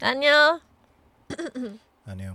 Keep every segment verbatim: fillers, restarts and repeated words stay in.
安妞， 安妞，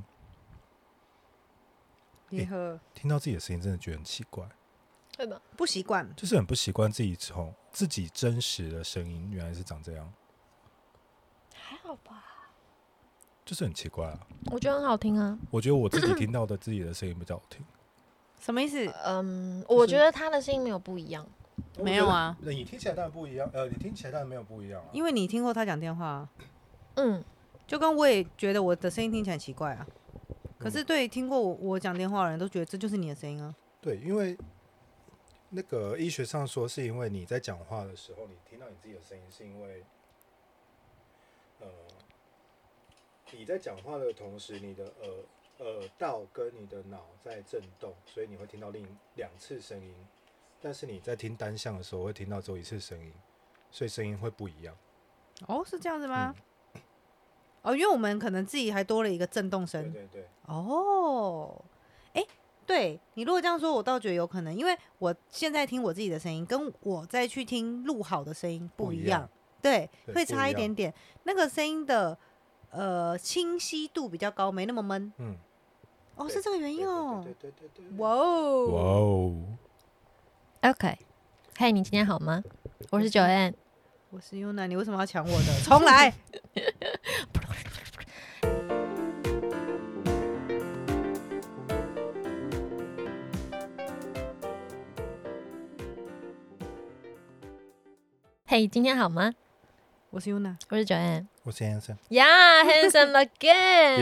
你好、 欸，听到自己的声音真的觉得很奇怪， 会吗？ 不习惯， 就是很不习惯自己从自己真实的声音原来是长这样， 还好吧， 就是很奇怪啊。 我觉得很好听啊。 我觉得我自己听到的自己的声音比较好听。 什么意思？ 嗯，我觉得他的声音没有不一样。 没有啊， 你听起来当然不一样，呃，你听起来当然没有不一样啊。 因为你听过他讲电话、啊， 嗯， 就跟我也觉得我的声音听起来奇怪啊。可是对听过我我讲电话的人都觉得这就是你的声音啊。 对，因为那个医学上说，是因为你在讲话的时候，你听到你自己的声音，是因为呃你在讲话的同时，你的耳耳道跟你的脑在震动，所以你会听到另两次声音。但是你在听单向的时候，会听到只有一次声音，所以声音会不一样。 哦，是这样子吗？ 嗯、 哦，因为我们可能自己还多了一个震动声。 对对对。 哦，哎、欸，对你如果这样说，我倒觉得有可能，因为我现在听我自己的声音，跟我再去听录好的声音不一样， 不一样对， 对会差一点点。那个声音的呃清晰度比较高，没那么闷。嗯，哦，是这个原因哦。 对对对对对。 哇哦， 哇哦。 OK， 嘿，你今天好吗？我是 Joanne， 我是 Yuna， 你为什么要抢我的？重来。 嘿，今天好吗？ 我是 Yuna， 我是 Joanne， 我是 Hanson。 Yeah, handsome again.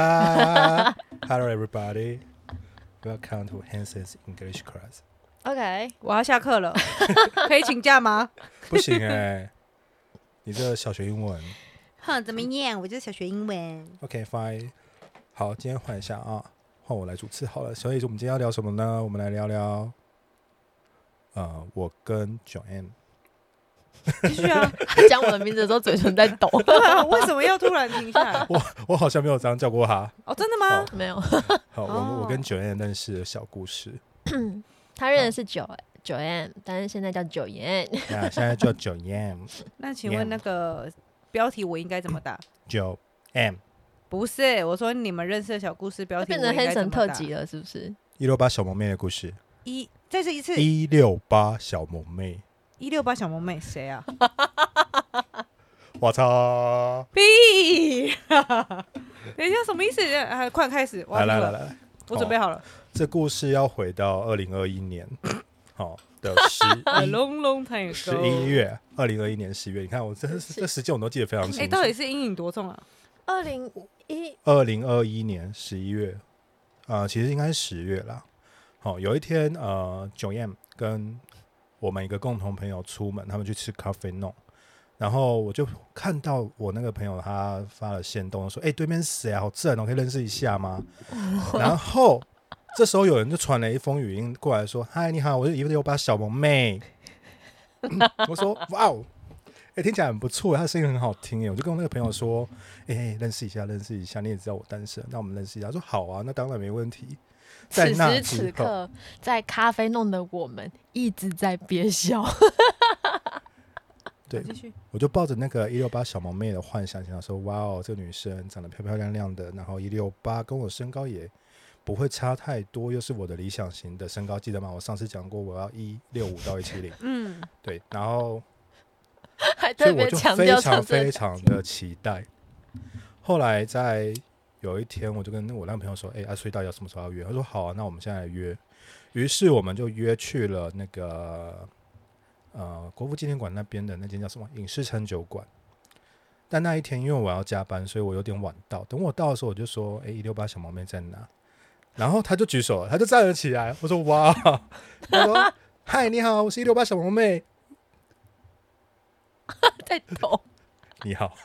Yeah. Hello, everybody. Welcome to Hanson's English class.OK， 我要下课了，可以请假吗？ 不行哎、欸，你这小学英文， 哼，怎么样？我就是小学英文。 OK fine， 好，今天换一下啊，换我来主持好了。所以我们今天要聊什么呢？我们来聊聊，呃，我跟 Joanne。 继续啊！ 讲我的名字的时候，嘴唇在抖。 为什么要突然停下来？ 我我好像没有这样叫过他。 哦，真的吗？ 没有。 好，我我跟 Joanne 认识的小故事。 他认识九 Joanne， 但是现在叫九妍。 啊，现在叫 Joanne。 那请问那个标题我应该怎么打 ？Joanne。 不是，我说你们认识的小故事标题变成黑神特辑了，是不是？ 一六八小萌妹的故事。 一，再试一次。 一六八小萌妹。 一六八小萌妹谁啊？ 我操！ 屁！等一下，什么意思？啊、快开始！ 来来来来， 我准备好了。 这故事要回到二零二一年，好、哦、的十一十一月，二零二一年十月。你看我这这时间我都记得非常清楚。 哎、欸，到底是阴影多重啊？ 二零一二零二一年十一月，呃，其实应该是十月啦。好、哦，有一天，呃 ，Joanne 跟我们一个共同朋友出门，他们去吃咖啡弄，然后我就看到我那个朋友他发了限动说：“哎、欸，对面是谁啊？好正哦，可以认识一下吗？”然后这时候有人就传了一封语音过来说：“嗨，你好，我是一六八小萌妹。嗯”我说：“哇哦，哎，听起来很不错，他声音很好听耶。”我就跟我那个朋友说：“哎、欸，认识一下，认识一下。你也知道我单身，那我们认识一下。”他说：“好啊，那当然没问题。”在此时此刻，在咖啡弄的我们一直在憋笑。 对，我就抱着那个一六八小萌妹的幻想，想说：哇哦，这个女生长得漂漂亮亮的，然后一六八跟我身高也不会差太多，又是我的理想型的身高，记得吗？我上次讲过，我要一六五到一七零。嗯，对，然后所以我就非常非常的期待。后来在有一天，我就跟我那个朋友说：“哎、欸，啊，所以到底要什么时候要约？”他说：“好啊，那我们现在来约。”于是我们就约去了那个呃国父纪念馆那边的那间叫什么影视餐酒馆。但那一天因为我要加班，所以我有点晚到。等我到的时候，我就说：“哎、欸，一六八小萌妹在哪？”然后他就举手了，他就站了起来。我说：“哇！”他说：“嗨，你好，我是一六八小萌妹。” 在抖。 你好。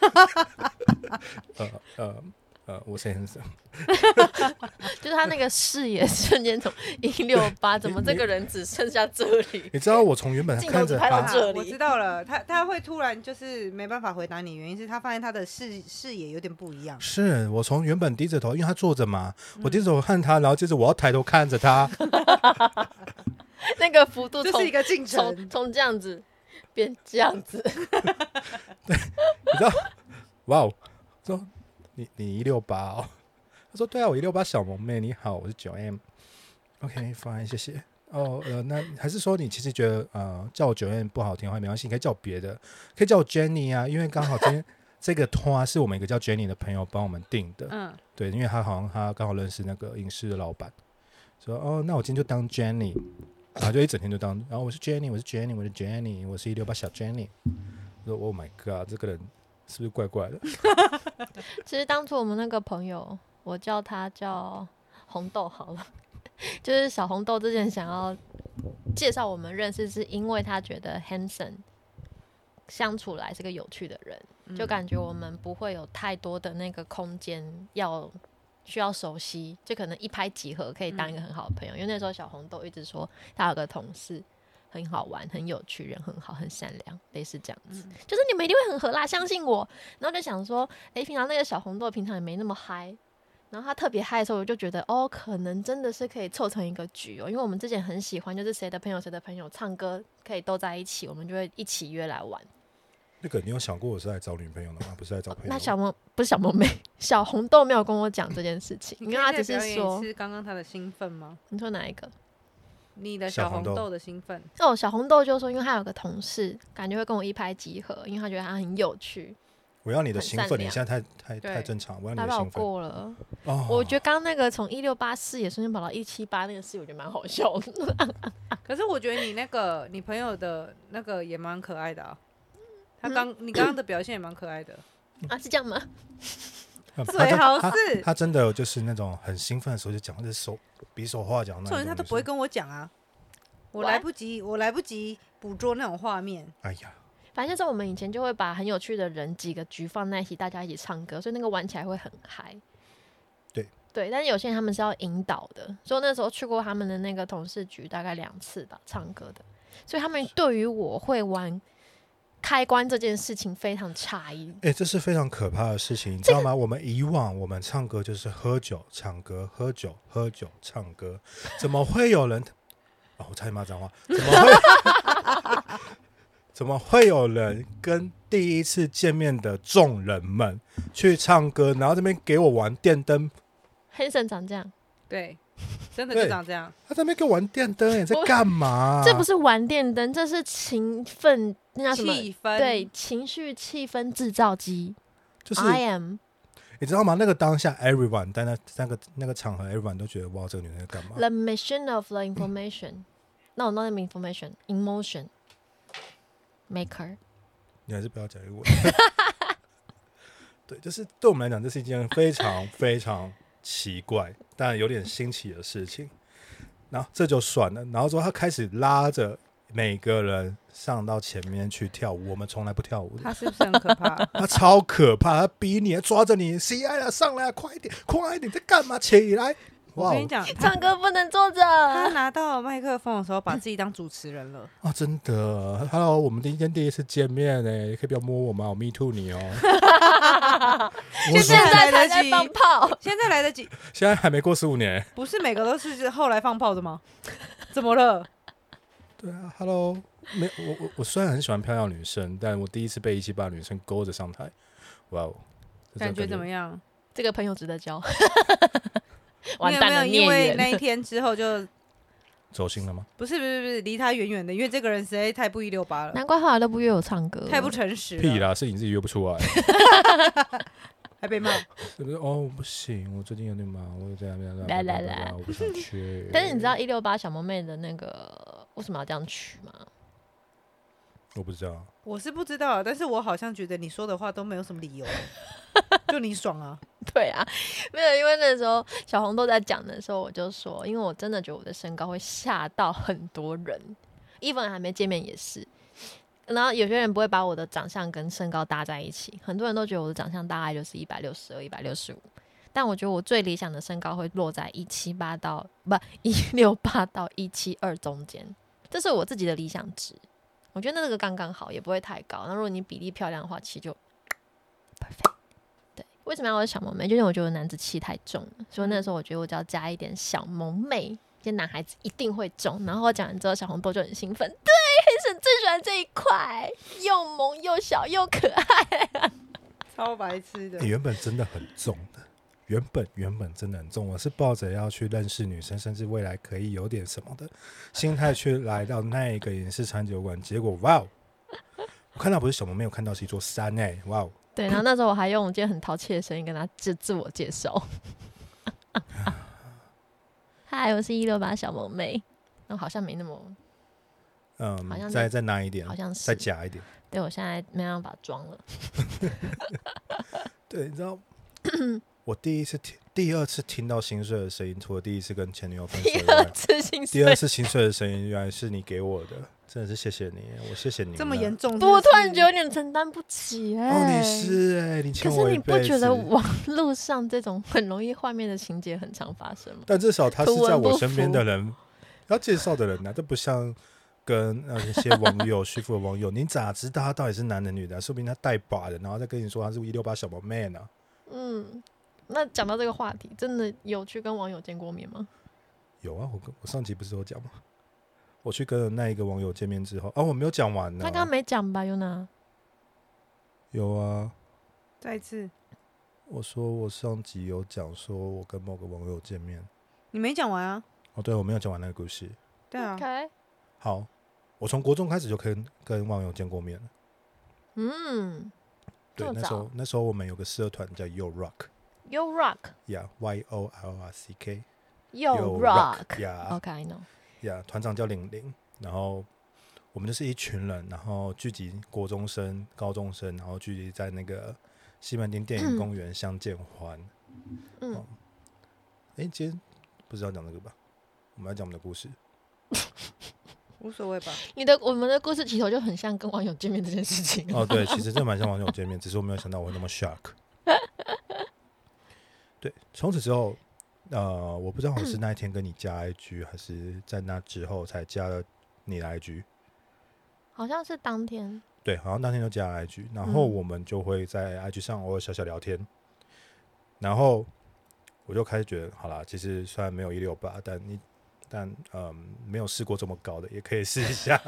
呃呃。呃，我是 Hanson， 就是他那个视野瞬间从一六八，怎么这个人只剩下这里？ 你知道我从原本看着他， 我知道了，他他会突然就是没办法回答你，原因是他发现他的视视野有点不一样。 是我从原本低着头，因为他坐着嘛，嗯、我低着头看他，然后接着我要抬头看着他， 那个幅度就是一个进程， 从从这样子变这样子。 对，你知道，哇哦！ 说你你一六八哦，他说对啊，我一六八小萌妹，你好，我是九 M，OK fine 谢谢。哦呃，那还是说你其实觉得呃叫我九 M 不好听的话没关系，你可以叫我别的，可以叫我 Jenny 啊，因为刚好今天这个团是我们一个叫 Jenny 的朋友帮我们订的，嗯，对，因为他好像他刚好认识那个影视的老板，说哦那我今天就当 Jenny， 然后就一整天就当，然后我是 Jenny 我是 Jenny 我是 Jenny 我是一六八小 Jenny， 我说 Oh my god 这个人是不是怪怪的？ 其实当初我们那个朋友，我叫他叫红豆好了。就是小红豆之前想要介绍我们认识，是因为他觉得 Hanson 相处来是个有趣的人，嗯、就感觉我们不会有太多的那个空间要需要熟悉，就可能一拍即合，可以当一个很好的朋友。嗯、因为那时候小红豆一直说他有个同事很好玩、很有趣、人很好、很善良，类似这样子，嗯、就是你们一定会很合啦，相信我。然后就想说，哎、欸，平常那个小红豆平常也没那么嗨。然后他特别嗨的时候，我就觉得哦，可能真的是可以凑成一个局哦，因为我们之前很喜欢，就是谁的朋友谁的朋友唱歌可以都在一起，我们就会一起约来玩。 那个你有想过我是来找女朋友的吗？不是来找朋友的。 那小萌不是小萌妹，小红豆没有跟我讲这件事情，因为他只是说是刚刚他的兴奋吗？ 你说哪一个？ 你的小红豆的兴奋哦，小红豆就说，因为他有个同事，感觉会跟我一拍即合，因为他觉得他很有趣。 我要你的兴奋，你现在太太太正常。我要你的兴奋。 过了，哦、我觉得刚刚那个从一六八视野瞬间跑到一七八那个视野，我觉得蛮好笑的。 可是我觉得你那个你朋友的那个也蛮可爱的啊。他刚、嗯、你刚刚的表现也蛮可爱的啊，是这样吗？ 最好是他, 他, 他真的就是那种很兴奋的时候就讲，就是手比手画脚那种。 他都不会跟我讲啊，我来不及，我来不及捕捉那种画面。 哎呀。 反正就是我们以前就会把很有趣的人几个局放在一起，大家一起唱歌，所以那个玩起来会很嗨。 对对，但是有些人他们是要引导的，所以那时候去过他们的那个同事局大概两次吧，唱歌的，所以他们对于我会玩开关这件事情非常诧异。 哎、欸，这是非常可怕的事情，你知道吗？这个、我们以往我们唱歌就是喝酒唱歌，喝酒喝酒唱歌，怎么会有人？哦，我差点骂脏话，怎么会？怎么会有人跟第一次见面的众人们去唱歌，然后这边给我玩电灯？ 黑神长这样， 对，真的就长这样。 他在那边给我玩电灯，你在干嘛、啊？ 这不是玩电灯，这是情氛，那叫什么？ 气氛， 对，情绪气氛制造机。 就是 I am， 你知道吗？那个当下 ，everyone 在那那个那个场合 ，everyone 都觉得哇，这个女人在干嘛 ？The mission of the information， no not the information, emotion。Maker， 你还是不要讲英文。对，就是对我们来讲，这是一件非常非常奇怪，但有点新奇的事情。然后这就算了，然后之后他开始拉着每个人上到前面去跳舞，我们从来不跳舞的。 他是不是很可怕？ 他超可怕，他逼你，抓着你，起来了，上来，快一点，快一点，在干嘛？起来！ 我跟你讲， 唱歌不能坐着。 他拿到麦克风的时候，把自己当主持人了。 哦，真的 ，Hello， 我们今天第一次见面呢，可以不要摸我吗？我 me too 你哦。 现在才在放炮， 现在来得及， 现在还没过十五年。 不是每个都是后来放炮的吗？怎么了？ 对啊 ，Hello， 没我我我虽然很喜欢漂亮女生，但我第一次被一七八女生勾着上台，哇哦， 感觉怎么样？ 这个朋友值得交。 完蛋了，你有没有因为那一天之后就走心了吗？ 不是不是不是，离他远远的，因为这个人实在太不一六八了。 难怪后来都不约我唱歌， 太不诚实了。 屁啦，是你自己约不出来， 还被骂。 是不是？哦，不行，我最近有点忙，我这样这样来来来， 我不想去。 但是你知道一六八小萌妹的那个为什么要这样取吗？ 我不知道， 我是不知道，但是我好像觉得你说的话都没有什么理由，就你爽啊。 对啊，没有，因为那时候小红豆在讲的时候，我就说，因为我真的觉得我的身高会吓到很多人 ，even 还没见面也是。然后有些人不会把我的长相跟身高搭在一起，很多人都觉得我的长相大概就是一百六十二、一百六十五，但我觉得我最理想的身高会落在一七八到不一六八到一七二中间，这是我自己的理想值。我觉得那个刚刚好，也不会太高。那如果你比例漂亮的话，其实就 perfect。对，为什么要我小萌妹？就因为我觉得男子气太重了，所以那时候我觉得我只要加一点小萌妹，这些男孩子一定会中。然后我讲完之后，小红豆就很兴奋，对，黑神最喜欢这一块，又萌又小又可爱。 超白痴的。 欸原本真的很重的，原本原本真的很重。我是抱着要去认识女生，甚至未来可以有点什么的心态去来到那一个影视餐酒馆，结果哇哦，我看到不是小萌妹，我看到是一座山哎、欸，哇哦！ 对，然后那时候我还用我今天很淘气的声音跟他自自我介绍。嗨，我是一六八小萌妹，那好像没那么，好嗯， 像再再难一点， 好像是再假一点。 对我现在没办法装了。 对，你知道，我第一次听，第二次听到心碎的声音，除了第一次跟前女友分手第以外二，次心碎， 第二次心碎的声音，原来是你给我的，真的是谢谢你，我谢谢你。 这么严重是不， 不是， 我突然觉得有点承担不起哎、 哦，你是哎、你可欠我是你不一辈子。 觉得网络上这种很容易画面的情节很常发生吗？ 但至少他是在我身边的图人，要介绍的人呢、啊，这不像跟呃一些网友虚浮的网友，你咋知道他到底是男的女的、啊？说不定他带把的，然后再跟你说他是一六八小萌妹呢、啊。 嗯，那讲到这个话题，真的有去跟网友见过面吗？ 有啊，我我上集不是有讲吗？我去跟那一个网友见面之后，啊，我没有讲完呢。 他刚刚没讲吧，Yuna？ 有啊， 再一次， 我说我上集有讲说我跟某个网友见面。 你没讲完啊？ 哦，对，我没有讲完那个故事。 对啊， OK， 好，我从国中开始就跟跟网友见过面了。 嗯，这对， 么早那时候那时候我们有个社团叫 Yo Rock， ，You Rock， 呀，Y O L R C K。 You Yo Rock， 呀 OK，I know。 呀，团长叫玲玲，然后我们就是一群人，然后聚集国中生、高中生，然后聚集在那个西门町电影公园相见欢。 嗯， 哦哎、今天不是要讲这个吧？我们要讲我们的故事。 无所谓吧。 你的我们的故事起头就很像跟网友见面这件事情。 哦，对，其实这蛮像网友见面，只是我没有想到我会那么 shock。对，从此之后，呃，我不知道我是那一天跟你加 I G， 还是在那之后才加了你的 I G。 好像是当天， 对，好像当天就加了 I G， 然后嗯我们就会在 I G 上偶尔小小聊天，然后我就开始觉得，好啦，其实虽然没有一六八，但你但嗯没有试过这么高的，也可以试一下。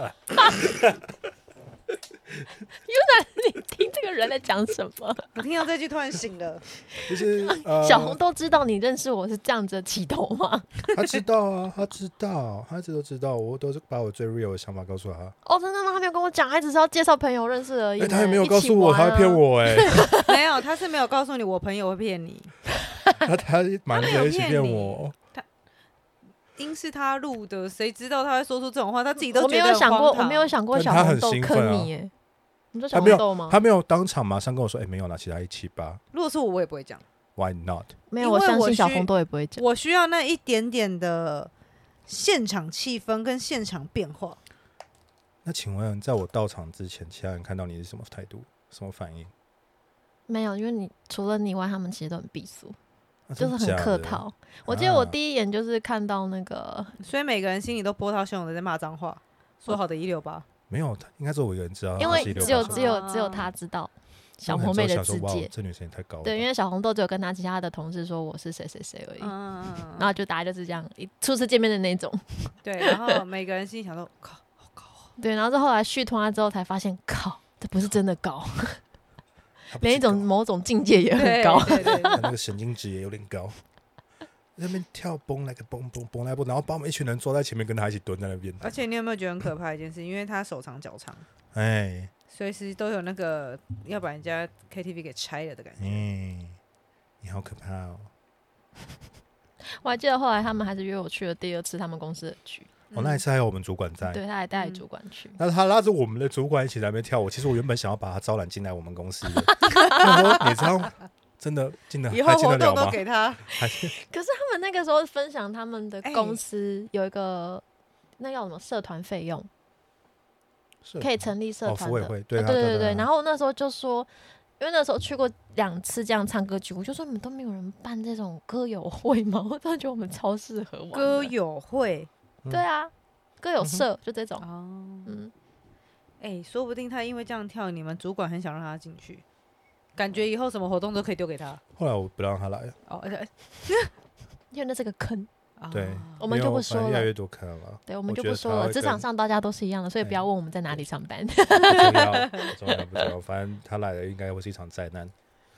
你听这个人在讲什么？ 我听到这句突然醒了， 就是呃， 小红都知道你认识我是这样子的起头吗？ 他知道啊，他知道，他一直都知道，我都是把我最 real 的想法告诉他。 哦，真的吗？他没有跟我讲，他只是要介绍朋友认识而已哎、 呢。 他也没有告诉我， 一起玩啊他会骗。我哎、 没有，他是没有告诉你，我朋友会骗你， 他他瞒着一起骗我。 音是他录的，谁知道他会说出这种话？他自己都我没觉得很有想过， 荒唐我没有想过但他很小红豆兴奋啊坑你耶。你说小他没有红豆吗？ 他没有当场马上跟我说，哎、没有啦，其他一七八如果是我，我也不会讲。 ，Why not？ 没有， 因为我相我需信小红豆也不会讲。 我需要那一点点的现场气氛跟现场变化。 那请问，在我到场之前，其他人看到你是什么态度、什么反应？ 没有，因为你除了你以外，他们其实都很避俗， 啊就是很真的假的客套。我记得我啊第一眼就是看到那个， 所以每个人心里都波涛汹涌的在骂脏话，说好的一六八， 没有，应该是我一个人知道， 因为他是只有 168 只有只有他知道小红妹的想说哇世界。 这女生也太高了吧。 对，因为小红豆只有跟他其他的同事说我是谁谁谁而已， 嗯， 然后就大家就是这样一初次见面的那种。 对，然后每个人心里想说，靠，好高哦， 对，然后是后来续托他之后才发现，靠，这不是真的高， 他不是连一种高某种境界也很对高。 对对他那个神经质也有点高。在那边跳蹦来个蹦蹦蹦来蹦，然后把我们一群人坐在前面，跟他一起蹲在那边。 而且你有没有觉得很可怕的一件事？因为他手长脚长， 哎， 随时都有那个要把人家 K T V 给拆了的感觉。 嗯，你好可怕哦！ 我还记得后来他们还是约我去了第二次他们公司的局， 哦，那一次还有我们主管在， 对，他还带嗯主管去。 那他拉着我们的主管一起在那边跳舞。其实我原本想要把他招揽进来我们公司的，他说你知道真的进得以后还进活动都得了吗？ 给他， 还可是他们那个时候分享他们的哎公司有一个、那叫什么社团费用，可以成立社哦， 团的。 服委会，对呃啊对对对。 对啊然后我那时候就说，因为那时候去过两次这样唱歌局，我就说你们都没有人办这种歌友会吗？我真的觉得我们超适合玩的歌。友会对啊，歌友社、就这种。 哦， 嗯， 哎，说不定他因为这样跳，你们主管很想让他进去，感觉以后什么活动都可以丢给他。 后来我不让他来了， 哦，而且因为那是个坑， 对哦我们因为就不说了反正越来越多坑了， 对，我们我觉得就不说了。 他会跟职场上大家都是一样的，所以不要问我们在哪里上班。 不重要，不重要，不重要。反正他来了应该会是一场灾难。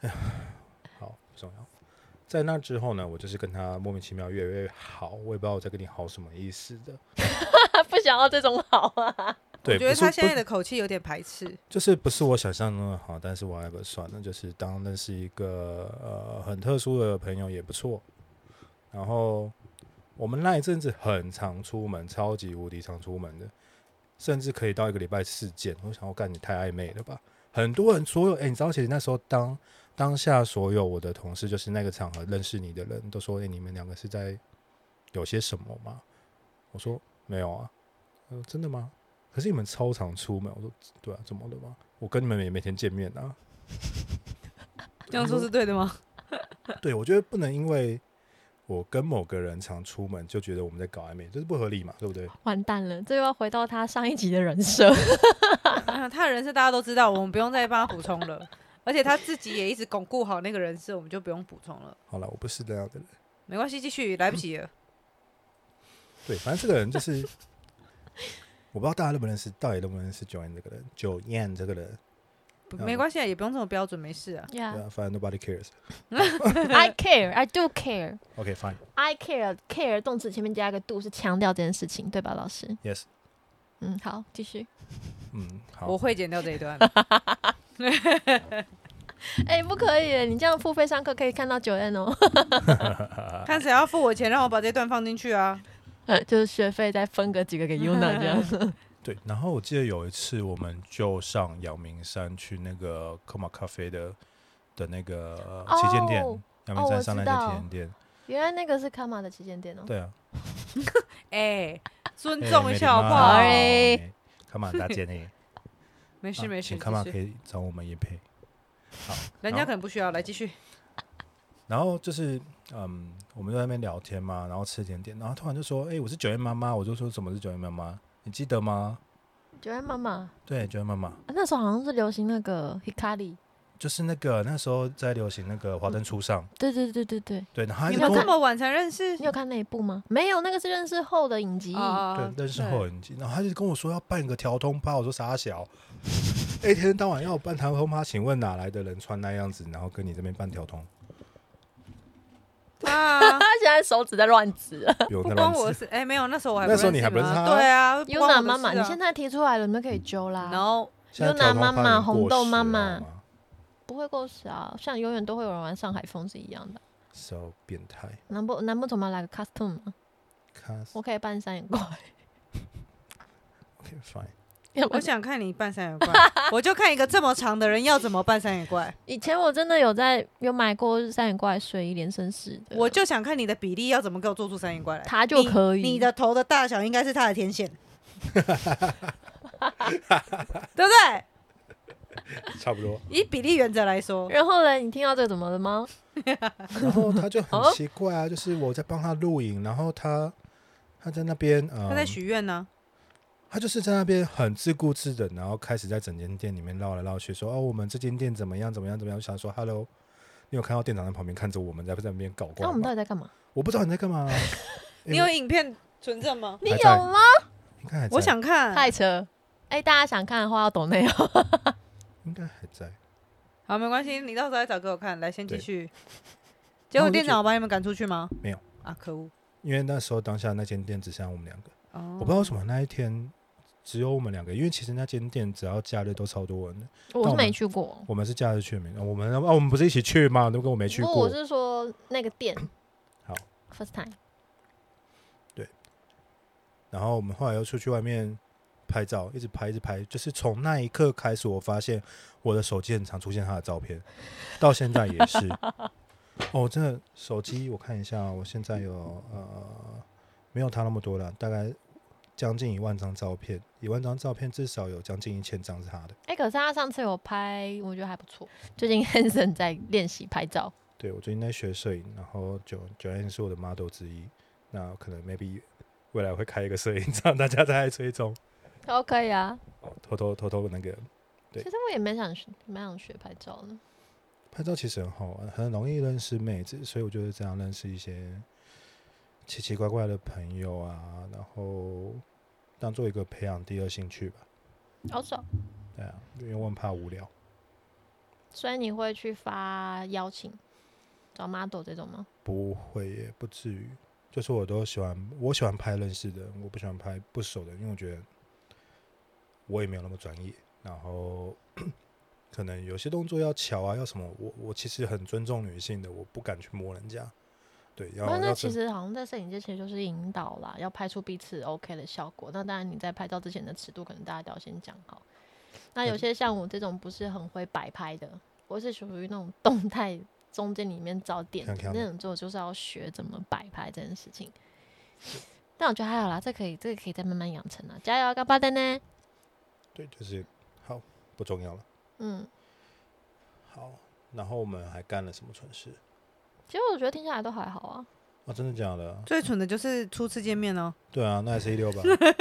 好不重要。在那之后呢，我就是跟他莫名其妙越来越好，我也不知道我在跟你好什么意思的。 不想要这种好啊。 对， 我觉得不是不他现在的口气有点排斥。 就是不是我想象中的好，但是我还不算了。就是当认识一个呃很特殊的朋友也不错。然后我们那一阵子很常出门，超级无敌常出门的，甚至可以到一个礼拜四见。我想，我干你太暧昧了吧？很多人所有哎、欸，你知道，其实那时候当当下所有我的同事，就是那个场合认识你的人都说，哎、欸，你们两个是在有些什么吗？我说没有啊。呃，真的吗？可是你们超常出门。我说对啊，怎么了吗？我跟你们也每天见面啊。 这样说是对的吗？ 对，我觉得不能因为我跟某个人常出门就觉得我们在搞暧昧，这是不合理嘛，对不对？ 完蛋了，这又要回到他上一集的人设。 他的人设大家都知道，我们不用再帮他补充了。而且他自己也一直巩固好那个人设，我们就不用补充了。 好了，我不是这样的人。 没关系，继续，来不及了。 对，反正这个人就是，我不知道大家认不认识，到底认不认识 Joanne 这个人 ，Joanne 这个人。 没关系啊，也不用这么标准，没事啊。 Yeah, 对啊，反正 nobody cares。 I care, I do care. OK, fine. I care, care 动词前面加一个 do 是强调这件事情，对吧，老师？ Yes. 嗯，好，继续。 嗯，好。 我会剪掉这一段。 哎、欸，不可以耶，你这样付费上课可以看到九 N 哦。 看谁要付我钱，让我把这段放进去啊。 呃，就是学费再分个几个给 Yuna 这样。 对，然后我记得有一次，我们就上阳明山去那个科马咖啡的的那个旗舰店， 哦阳明山上那间哦旗舰店。 原来那个是卡玛的旗舰店哦。 对啊。 哎、欸，尊重一下好不好？ 好？ 哎， 卡玛大姐呢？ 没事没事， 请卡玛可以找我们业配。好， 人家可能不需要，来继续。 然后就是，嗯，我们在那边聊天嘛，然后吃甜点，然后突然就说：“哎、欸，我是九月妈妈。”我就说：“怎么是九月妈妈？你记得吗？” 九月妈妈。 对，九月妈妈、 啊。那时候好像是流行那个 Hikari， 就是那个那时候在流行那个《华灯初上》嗯。 对对对对对。 对，然后你们这么晚才认识？ 你有看那一部吗？没有，那个是认识后的影集。 啊、 对，认识后的影集。然后他就跟我说要办个调通趴，我说傻小。那天当晚要办调通趴，请问哪来的人穿那样子，然后跟你这边办调通？ 啊！ 他现在手指在乱指了。 不关我事，哎、欸，没有，那时候我还不那时候你还不认识他。 对啊 ，Yuna 妈妈，你现在提出来了，你们可以揪啦。 然后 Yuna 妈妈、红豆妈妈，不会过时啊，像永远都会有人玩上海风是一样的。 So 变态。 难不难不怎么来个 costume 吗？我可以扮三眼怪。 OK fine。 我想看你扮三眼怪，我就看一个这么长的人要怎么扮三眼怪。 以前我真的有在有买过三眼怪睡衣连身式的， 我就想看你的比例要怎么给我做出三眼怪来， 他就可以。 你, 你的头的大小应该是他的天线，对不对？ 差不多。 以比例原则来说。 然后呢，你听到这个怎么了吗？ 然后他就很奇怪啊，就是我在帮他录影，然后他他在那边、嗯、 他在许愿呢。 他就是在那边很自顾自的，然后开始在整间店里面绕来绕去，说：“哦，我们这间店怎么样，怎么样，怎么样？”我想说 ：“Hello， 你有看到店长在旁边看着我们在那边搞怪吗？” 那我们到底在干嘛？ 我不知道你在干嘛。 你有影片存证吗？ 你有吗？ 应该还在。 我想看。 太扯！哎、欸，大家想看的话要抖内哦。 应该还在。 好，没关系，你到时候再找给我看。来，先继续。结果店长有把你们赶出去吗？ 没有啊，可恶！ 因为那时候当下那间店只剩下我们两个。 哦。 我不知道为什么那一天。只有我们两个，因为其实那间店只要假日都超多人的。 我是没去过。 我 们, 我们是假日去没？我们啊，我们不是一起去吗？都跟我没去过。 不，我是说那个店。 好 ，first time。 对。然后我们后来又出去外面拍照，一直拍，一直拍。就是从那一刻开始，我发现我的手机很常出现他的照片，到现在也是。哦，真的手机我看一下，我现在有呃没有他那么多了，大概。将近一万张照片，一万张照片至少有将近一千张是他的。 哎、欸，可是他上次有拍，我觉得还不错。最近 Hanson 在练习拍照。 对，我最近在学摄影，然后九九 N 是我的 model 之一。那可能 maybe 未来会开一个摄影帐，大家再来追踪。 都可以啊。 偷偷偷偷那个。对。 其实我也蛮想学，蛮想学拍照的。 拍照其实很好玩，很容易认识妹子，所以我觉得这样认识一些。奇奇怪怪的朋友啊，然后当做一个培养第二兴趣吧。 好爽。 对啊，因为我很怕无聊。 所以你会去发邀请找 model 这种吗？ 不会耶，不至于。就是我都喜欢，我喜欢拍认识的人，我不喜欢拍不熟的人，因为我觉得我也没有那么专业。然后可能有些动作要巧啊，要什么，我我其实很尊重女性的，我不敢去摸人家。对，要那那要其实好像在摄影界其实就是引导啦，要拍出彼此 OK 的效果。那当然你在拍照之前的尺度，可能大家都要先讲好。那有些像我这种不是很会摆拍的，我是属于那种动态中间里面找点的那种，就就是要学怎么摆拍这件事情。但我觉得还好啦，这可以，这个可以再慢慢养成啊，加油，干巴的呢？ 对，就是好，不重要了。 嗯， 好，然后我们还干了什么蠢事？ 其实我觉得听下来都还好啊。 啊，真的假的？ 最蠢的就是初次见面哦。 对啊，那还是一六吧。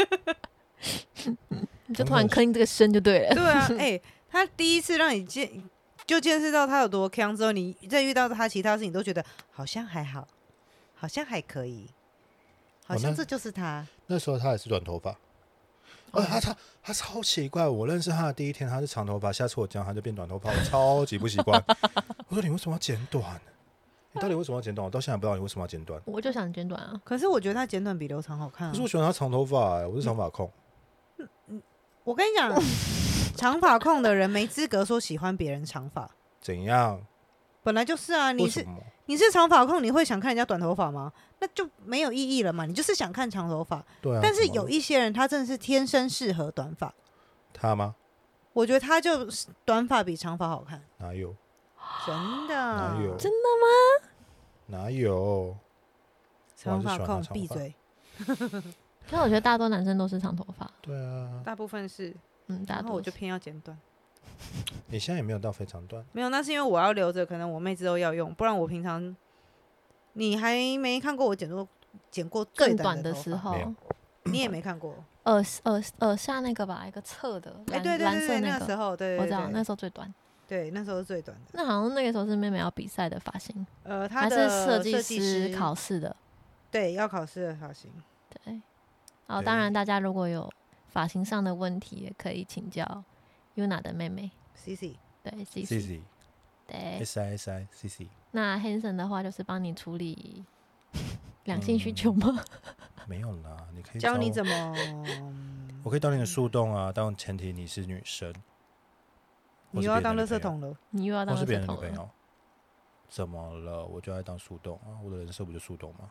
你就突然吭这个声就对了。 对啊，哎、欸，他第一次让你见，就见识到他有多强之后，你再遇到他其他事情都觉得好像还好，好像还可以，好像这就是他。 那时候他也是短头发，哦，他超他超奇怪。我认识他的第一天他是长头发，下次我见他就变短头发，我超级不习惯。我说你为什么要剪短？你到底为什么要剪短？我到现在不知道你为什么要剪短。 我就想剪短啊。 可是我觉得他剪短比留长好看、啊。 可是我喜欢他长头发、欸，我是长发控。 嗯嗯，我跟你讲，长发控的人没资格说喜欢别人长发。 怎样？ 本来就是啊，你是你是长发控，你会想看人家短头发吗？那就没有意义了嘛。你就是想看长头发。 对啊。 但是有一些人，他真的是天生适合短发。 他吗？ 我觉得他就短发比长发好看。 哪有？ 真的？ 哪有？ 真的吗？ 哪有？ 长发控闭嘴。 可是我觉得大多男生都是长头发。 对啊， 大部分是。 嗯，大多。 然后我就偏要剪短。 你现在也没有到非常短。 没有，那是因为我要留着，可能我妹之后要用，不然我平常你还没看过我剪过剪过最短的的时候， 你也没看过。 耳耳耳下那个吧，一个侧的， 哎、欸，对对对对， 那个时候，对， 对， 我知道那时候最短。 对，那时候是最短的。 那好像那个时候是妹妹要比赛的发型， 呃，她的还是设计师考试的？ 对，要考试的发型。 对。哦，当然，大家如果有发型上的问题，也可以请教 Yuna 的妹妹 C C。 对 C C， 对 S I S I C C。 那 Hanson 的话就是帮你处理两性需求吗？ 嗯、没有啦，你可以教你怎么。 我可以当你的树洞啊，当前提你是女生。 你又要当垃圾桶了， 你又要当垃圾桶了。 我是别人的女朋友，怎么了？我就爱当树洞啊！我的人设不就树洞吗？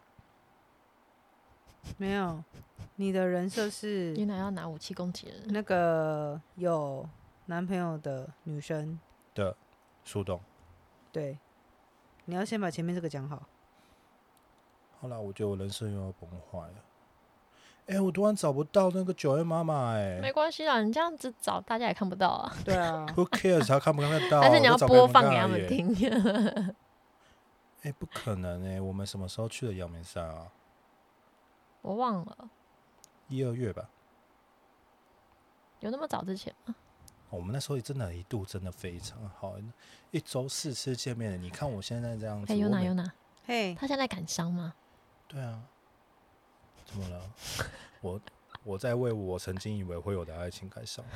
没有，你的人设是原来要拿武器攻击人， 那个有男朋友的女生的树洞。 对，你要先把前面这个讲好。 好啦，我觉得我人设又要崩坏了。哎、欸，我突然找不到那个九 M 妈妈，哎， 没关系啦，你这样子找大家也看不到啊。 对啊 ，Who cares？ 他看不看得到？ 但是你要播放给他们听。 哎、欸，不可能哎、欸！我们什么时候去的阳明山啊？ 我忘了， 一二月吧。 有那么早之前吗？ 我们那时候真的一度真的非常好，一周四次见面。你看我现在这样子， 哎、欸，有哪有哪？ 嘿， 他现在感伤吗？ 对啊。怎么了？我我在为我曾经以为会有的爱情感伤。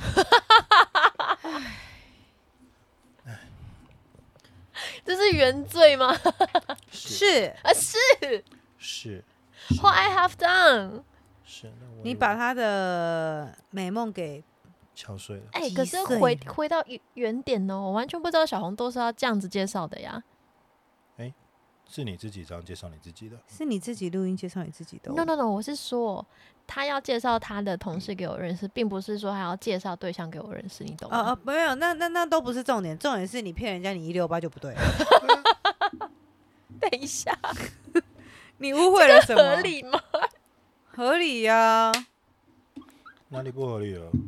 这是原罪吗？ 是啊，是是。 What I have done？ 是。 你把他的美梦给敲碎了。 哎、欸，可是回回到原点哦，我完全不知道小红豆是要这样子介绍的呀。 哎。是你自己这样介绍你自己的， 是你自己录音介绍你自己的、哦。 No No No， 我是说他要介绍他的同事给我认识，并不是说他要介绍对象给我认识，你懂吗？ 啊啊，没有，那那那都不是重点，重点是你骗人家你一六八就不对了。 等一下， 你误会了什么？ 合理吗？ 合理呀、啊。 哪里不合理了？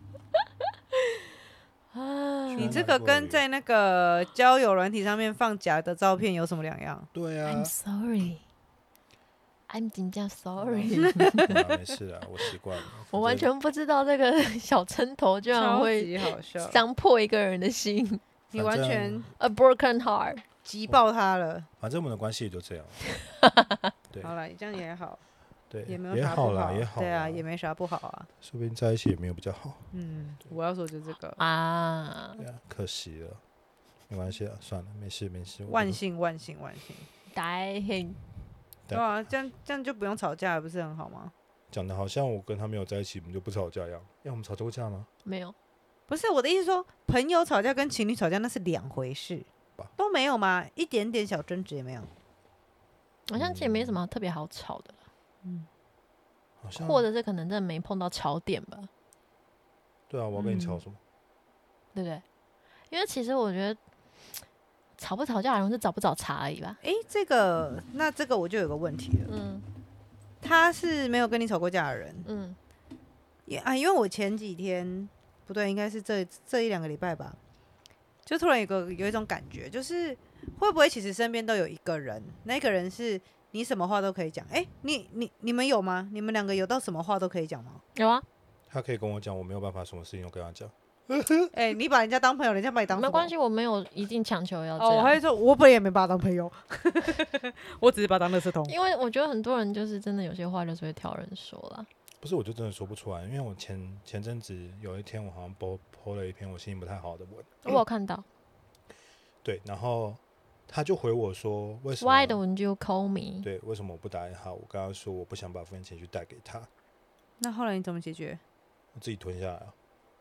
你这个跟在那个交友软体上面放假的照片有什么两样？ 对啊 ，I'm sorry， I'm 真的 sorry 啊。没事啊，我习惯了。 我完全不知道这个小针头居然会伤破一个人的心。 你完全 a broken heart， 击爆他了。 反正我们的关系也就这样。对， 好了，这样也好。 对， 也没有啥不好， 也好， 对啊，也没啥不好啊。 说不定在一起也没有比较好。 嗯，我要说就这个啊， 对啊，可惜了， 没关系了，算了，没事没事。 万幸万幸万幸， 大幸。 对啊，这样这样就不用吵架了，不是很好吗？ 讲的好像我跟他没有在一起，我们就不吵架一样。哎、我们吵过架吗？ 没有， 不是我的意思说，朋友吵架跟情侣吵架那是两回事，都没有吗？一点点小争执也没有。 好像其实也没什么特别好吵的啦， 嗯， 好像。 或者是可能真的没碰到吵点吧， 对啊，我要跟你吵什么？ 对不对？因为其实我觉得吵不吵架好像是找不找茬而已吧。 哎、这个那这个我就有个问题了， 嗯他是没有跟你吵过架的人， 嗯， 也啊，因为我前几天不对，应该是这这一两个礼拜吧，就突然有个有一种感觉，就是会不会其实身边都有一个人，那个人是你什么话都可以讲？哎、你你你们有吗？你们两个有到什么话都可以讲吗？ 有啊， 他可以跟我讲，我没有办法，什么事情都跟他讲。 哎、你把人家当朋友，人家把你当什么没关系，我没有一定强求要这哦，我样。 还说，我本来也没把他当朋友，我只是把他当垃圾桶。 因为我觉得很多人就是真的有些话就是会挑人说啦。 不是，我就真的说不出来，因为我前前阵子有一天，我好像 po po 了一篇我心情不太好的文， 我有看到。 对，然后他就回我说，为什么 Why don't you call me？ 对，为什么我不打给他？我跟他说，我不想把负面情绪带给他， 那后来你怎么解决？ 我自己吞下来啊。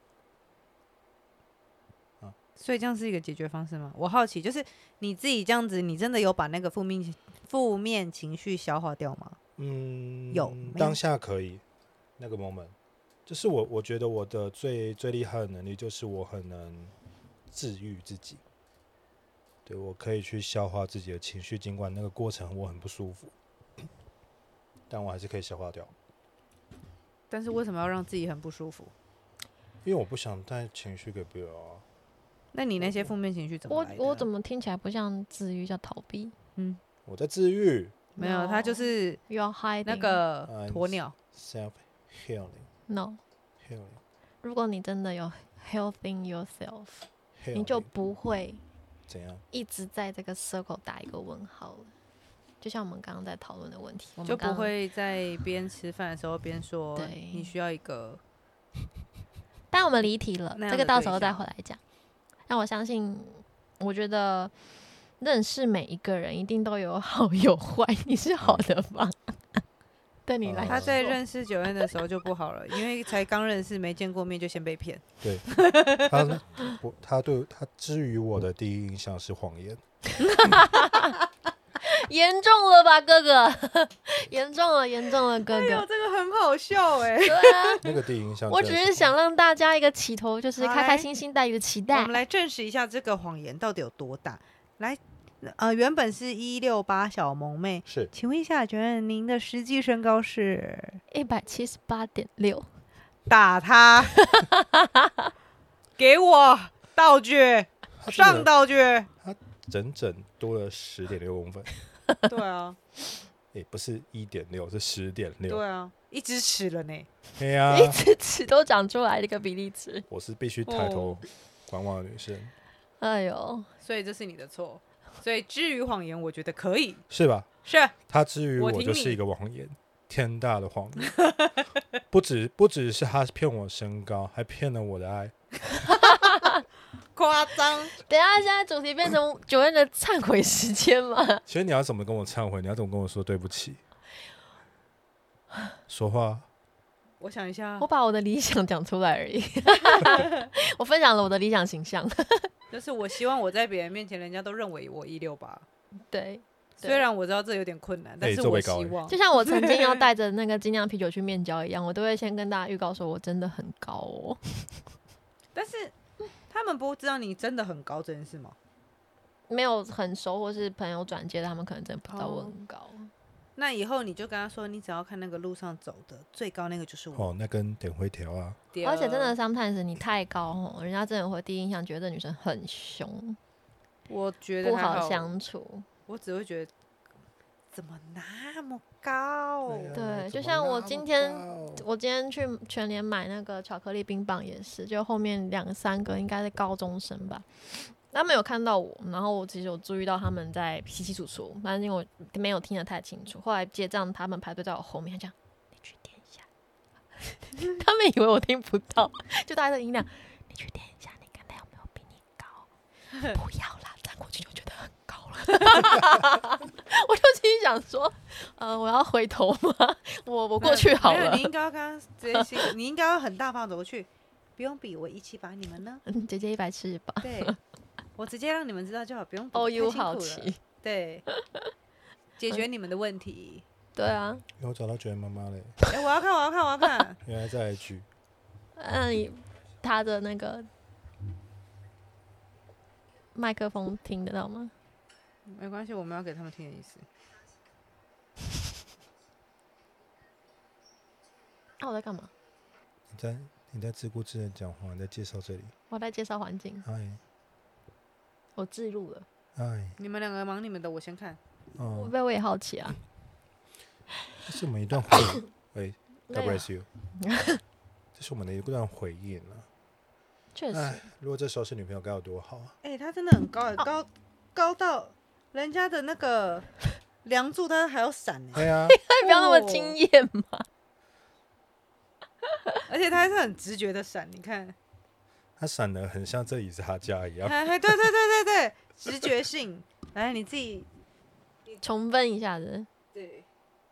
所以这样是一个解决方式吗？我好奇，就是你自己这样子，你真的有把那个负面负面情绪消化掉吗？ 嗯， 有没有当下可以，那个 moment，就是我我觉得我的最最厉害的能力就是我很能治愈自己，对我可以去消化自己的情绪，尽管那个过程我很不舒服，但我还是可以消化掉， 但是为什么要让自己很不舒服？ 因为我不想带情绪给别人啊。 那你那些负面情绪怎么我来的？ 我怎么听起来不像治愈，叫逃避？ 嗯， 我在治愈没有， No 他就是 You are hiding。 那个嗯鸵鸟。 self healing No， healing 如果你真的有 healthing yourself， healing， 你就不会怎样？ 一直在这个 circle 打一个问号了。就像我们刚刚在讨论的问题，我们就刚刚不会在边吃饭的时候边说对你需要一个。 但我们离题了， 那样的这个到时候对象再回来讲。但我相信，我觉得认识每一个人一定都有好有坏，你是好的吧？对你来说， 他在认识九恩的时候就不好了，因为才刚认识没见过面就先被骗。 对，他我他对他至于我的第一印象是谎言。 严重了吧，哥哥？严重了，严重了，哥哎呦， 哥。 这个很好笑哎、 对啊， 那个第一印象， 我只是想让大家一个起头，就是好开开来心心带有期我待们。来证实一下这个谎言到底有多大。来，呃，原本是一六八小萌妹， 是请问一下，觉得您的实际身高是？ 一百七十八点六， 打他！给我道具， 他真上的道具。 整整多了十点六公分， 对啊， 也、不是一点六，是十点六。 对啊，一直吃了呢。 哎呀、 一直尺都长出来的一个比例尺。 我是必须抬头哦观望的女生， 哎呦， 所以这是你的错。所以至于谎言，我觉得可以。 是吧？ 是， 他至于我我挺你就是一个谎言，天大的谎言。不止不只是他骗我身高，还骗了我的爱。 夸张。 等一下，现在主题变成九恩的忏悔时间吗？ 其实你要怎么跟我忏悔？你要怎么跟我说对不起？说话。 我想一下我，把我的理想讲出来而已，我分享了我的理想形象。 就是我希望我在别人面前，人家都认为我一六八。 对，对虽然我知道这有点困难，但是我这位高欸希望。 就像我曾经要带着那个精酿啤酒去面交一样，我都会先跟大家预告说，我真的很高哦。 但是他们不知道你真的很高这件事吗？ 没有很熟或是朋友转接的，他们可能真的不知道我很高。 那以后你就跟他说，你只要看那个路上走的最高那个就是我。 哦，那根点灰条啊， 对而且真的 sometimes 你太高哦，人家真的会第一印象觉得这女生很凶， 我觉得不好还好相处。 我只会觉得怎么那么高？ 啊对就怎么像我那么今天高我今天去全联买那个巧克力冰棒也是，就后面两三个应该是高中生吧，他们有看到我，然后我其实有注意到他们在稀稀疏疏，但是因为我没有听得太清楚。后来结账，他们排队在我后面，他讲你去点一下，他们以为我听不到，就大家的音量，你去点一下，你看他有没有比你高？ 不要啦，站过去就觉得很高了。我就心里想说，呃，我要回头吗？我我过去好了。 没有，你应该要跟他直接行，你应该要很大方走过去，不用比，我一七八，你们呢？ 嗯，姐姐一百七十八。 对，我直接让你们知道就好，不用比。 哦， 太有辛苦了好奇。 对，解决你们的问题。 对啊， 我找到觉得妈妈嘞， 哎、我要看，我要看，我要看。 原来在 I G。 那你他的那个麦克风听得到吗？ 没关系，我们要给他们听的意思。 啊，我在干嘛？ 你在你在自顾自的讲话，你在介绍这里。 我在介绍环境， 嗨我置入了。 嗨， 你们两个忙你们的，我先看。 我哦， 被我也好奇啊。 这是我们一段回应。喂，God 对啊 bless you。这是我们的一段回应啊。 确实， 哎，如果这时候是女朋友该有多好啊！ 哎、他真的很高、欸，高高到人家的那个梁柱，他还要闪呢、 对啊， 不要那么惊艳嘛。 而且他还是很直觉的闪，你看， 他闪的很像这里是他家一样。 还还对对对对对，直觉性。来，你自己重温一下子。 对。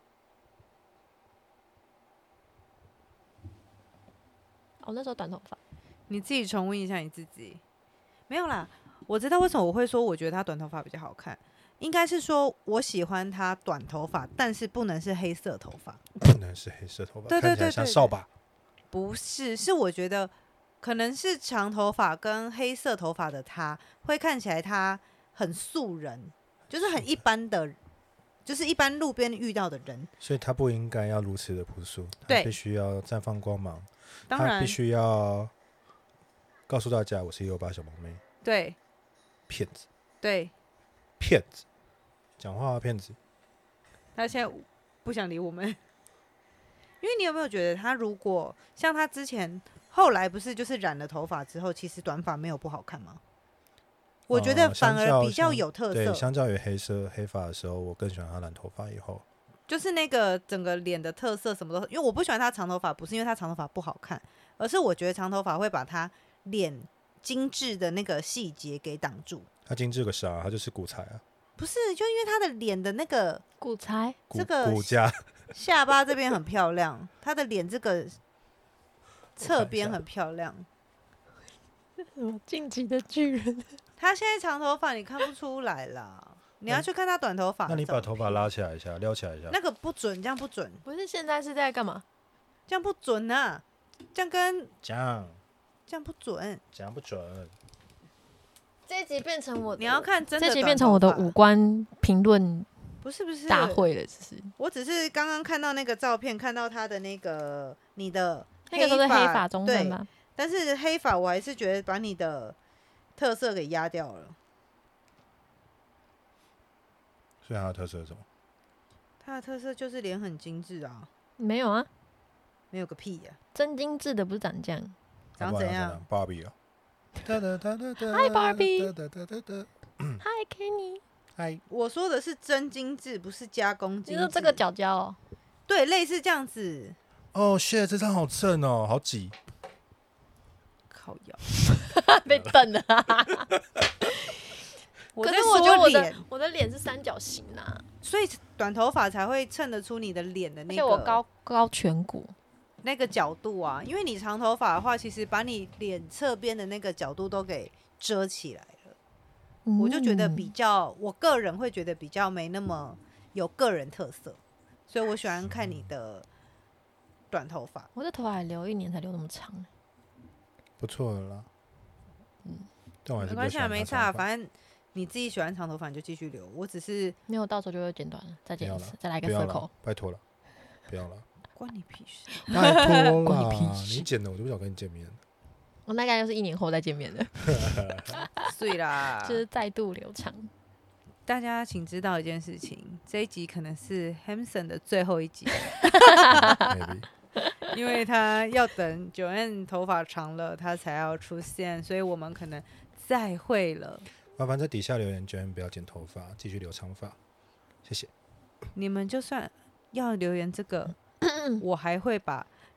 哦，那时候短头发。 你自己重温一下你自己。没有啦，我知道为什么我会说我觉得他短头发比较好看，应该是说我喜欢他短头发，但是不能是黑色头发。 不能是黑色头发， 对对看起来对对像扫把。 不是，是我觉得可能是长头发跟黑色头发的他，会看起来他很素人，就是很一般的，就是一般路边遇到的人。 所以他不应该要如此的朴素，他对必须要绽放光芒， 当然他必，须要告诉大家我是一六八小萌妹， 对骗子， 对， 骗子，讲话啊骗子。 他现在不想理我们。因为你有没有觉得，他如果像他之前后来不是就是染了头发之后，其实短发没有不好看吗？我觉得呃反而相较比较相有特色， 对，相较于黑色黑发的时候，我更喜欢他染头发以后。 就是那个整个脸的特色什么都，因为我不喜欢他长头发，不是因为他长头发不好看，而是我觉得长头发会把他脸精致的那个细节给挡住。 他精致个啥？他就是骨材啊， 不是，就因为他的脸的那个骨材， 骨这个骨架。 下巴这边很漂亮，他的脸这个侧边很漂亮。 什么晋级的巨人？ 他现在长头发你看不出来啦，你要去看他短头发。 那你把头发拉起来一下，撩起来一下。 那个不准，这样不准， 不是现在是在干嘛？ 这样不准啊，这样跟这样这样不准。 这样不准。 这一集变成我的， 你要看真的这一集短变成我的头发五官评论不是不是大会了，只是我只是刚刚看到那个照片，看到他的那个你的那个都是黑发发中分对， 吧？ 但是黑发我还是觉得把你的特色给压掉了。 所以它的特色是什么？ 他的特色就是脸很精致啊， 没有啊， 没有个屁呀、 真精致的不是长这样。 长怎样 ？Barbie 啊。Hi Barbie Hi Kenny， 嗨， 我说的是真精致，不是加工精致。 你说这个角角哦， 对，类似这样子。 哦，shit，这张好正哦，好挤。 靠腰， 被瞪了啊。 我在可是我觉得说我的脸， 我的脸是三角形啊， 所以短头发才会衬得出你的脸的而那个且我高高颧骨， 那个角度啊。因为你长头发的话，其实把你脸侧边的那个角度都给遮起来了。我就觉得比嗯较，我个人会觉得比较没那么有个人特色，所以我喜欢看你的短头发。 我的头发还留一年才留那么长， 不错了啦。但我还是比较没关系啊， 喜欢没差， 他长发反正你自己喜欢长头发你就继续留。我只是没有到时候就会剪短了，再剪一不要了， 次再来一个不要 circle 了。，拜托了，不要了， 关你屁事。 拜托关了你屁事你剪的我就不想跟你见面。 我大概就是一年后再见面的， 对啦， 就是再度留长。 大家请知道一件事情，这一集可能是 Hanson 的最后一集， Maybe 因为他要等Joanne头发长了，他才要出现，所以我们可能再会了。 麻烦在底下留言，居然不要剪头发，继续留长发，谢谢。 你们就算要留言这个，我还会把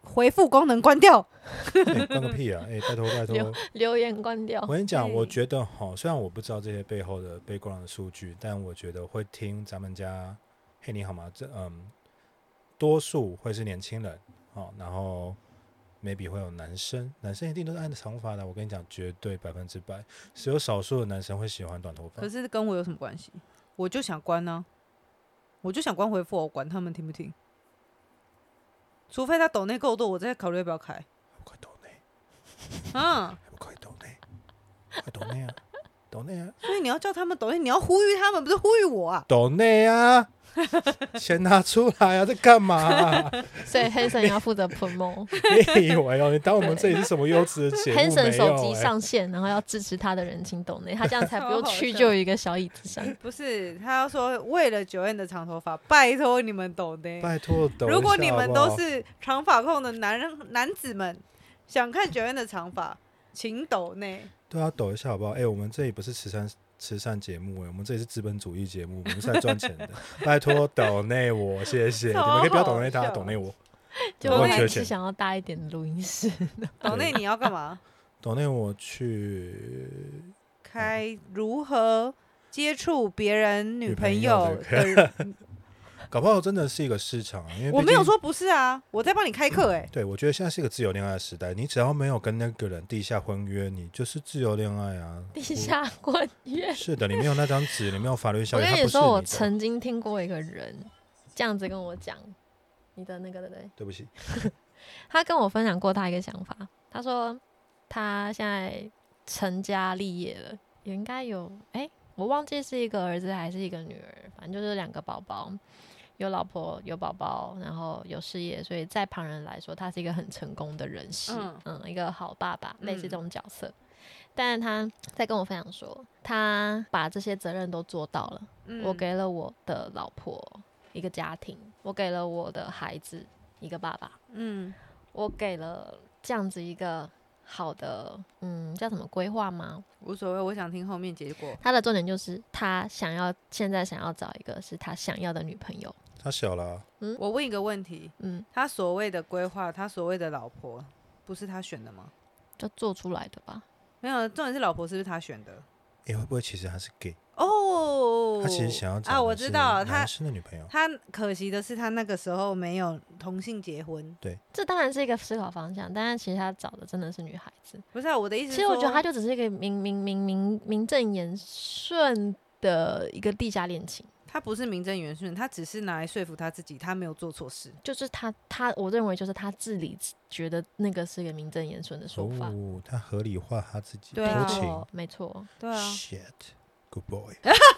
回复功能关掉。 欸、关个屁啊！哎、欸，拜托拜托， 留言关掉。 我跟你讲， 对我觉得哈，虽然我不知道这些背后的 background 的数据，但我觉得会听咱们家嘿你好吗？这嗯，多数会是年轻人哦，然后 maybe 会有男生，男生一定都是按长发的。我跟你讲，绝对百分之百，只有少数的男生会喜欢短头发。 可是跟我有什么关系？我就想关呢、啊，我就想关回复，我管他们听不听。除非他抖内够多，我再考虑要不要开。 快抖内， 嗯， 快抖内，快抖内啊，抖内啊， 所以你要叫他们抖内，你要呼吁他们，不是呼吁我啊。 抖内啊，钱拿出来啊，在干嘛、啊？ 所以 Hanson 要负责 promote。 你以为哦？你当我们这里是什么优质的节目？ Hanson 没有手机欸上线，然后要支持他的人请抖内，他这样才不用超好笑屈就于一个小椅子上。 不是，他要说为了九燕的长头发，拜托你们抖内。 拜托抖一下如果你们好不好都是长发控的男人男子们，想看九燕的长发，请抖内。 对啊，抖一下好不好？哎、欸，我们这里不是慈善慈善节目、欸，我们这里是资本主义节目，我们是来赚钱的。拜托抖内我，谢谢，你们可以不要抖内他，抖内我。 就我很缺钱我也是想要大一点的录音室。 抖内你要干嘛？ 抖内我去开如何接触别人女朋女友朋友的？ 搞不好真的是一个市场啊，因为我毕竟没有说不是啊，我在帮你开课哎、欸。 对，我觉得现在是一个自由恋爱的时代，你只要没有跟那个人地下婚约，你就是自由恋爱啊。 地下婚约。 是的，你没有那张纸，你没有法律效我力，它不是跟你说，我你的。 曾经听过一个人这样子跟我讲，你的那个对不对？ 对不起， 他跟我分享过他一个想法，他说他现在成家立业了，也应该有哎、欸，我忘记是一个儿子还是一个女儿，反正就是两个宝宝。有老婆有宝宝，然后有事业，所以在旁人来说，他是一个很成功的人士，嗯, 嗯，一个好爸爸，类似这种角色。嗯、但是他在跟我分享说，他把这些责任都做到了。嗯、我给了我的老婆一个家庭，我给了我的孩子一个爸爸，嗯，我给了这样子一个好的，嗯，叫什么规划吗？ 无所谓，我想听后面结果。 他的重点就是他想要现在想要找一个是他想要的女朋友。 他小了、啊， 嗯，我问一个问题，嗯，他所谓的规划，他所谓的老婆，不是他选的吗？ 就做出来的吧。 没有，重点是老婆是不是他选的？ 哎、欸，会不会其实他是 gay？ 哦， 他其实想要找啊，我知道了， 男生的女朋友。 他可惜的是，他那个时候没有同性结婚。 对， 这当然是一个思考方向，但是其实他找的真的是女孩子。 不是、啊、我的意思是， 其实我觉得他就只是一个名名名名名正言顺的一个地下恋情。 他不是名正言顺，他只是拿来说服他自己，他没有做错事。 就是他他，我认为就是他自己觉得那个是一个名正言顺的说法。 哦，他合理化他自己对啊， 偷情， 没错， 对啊。 Shit，good boy 。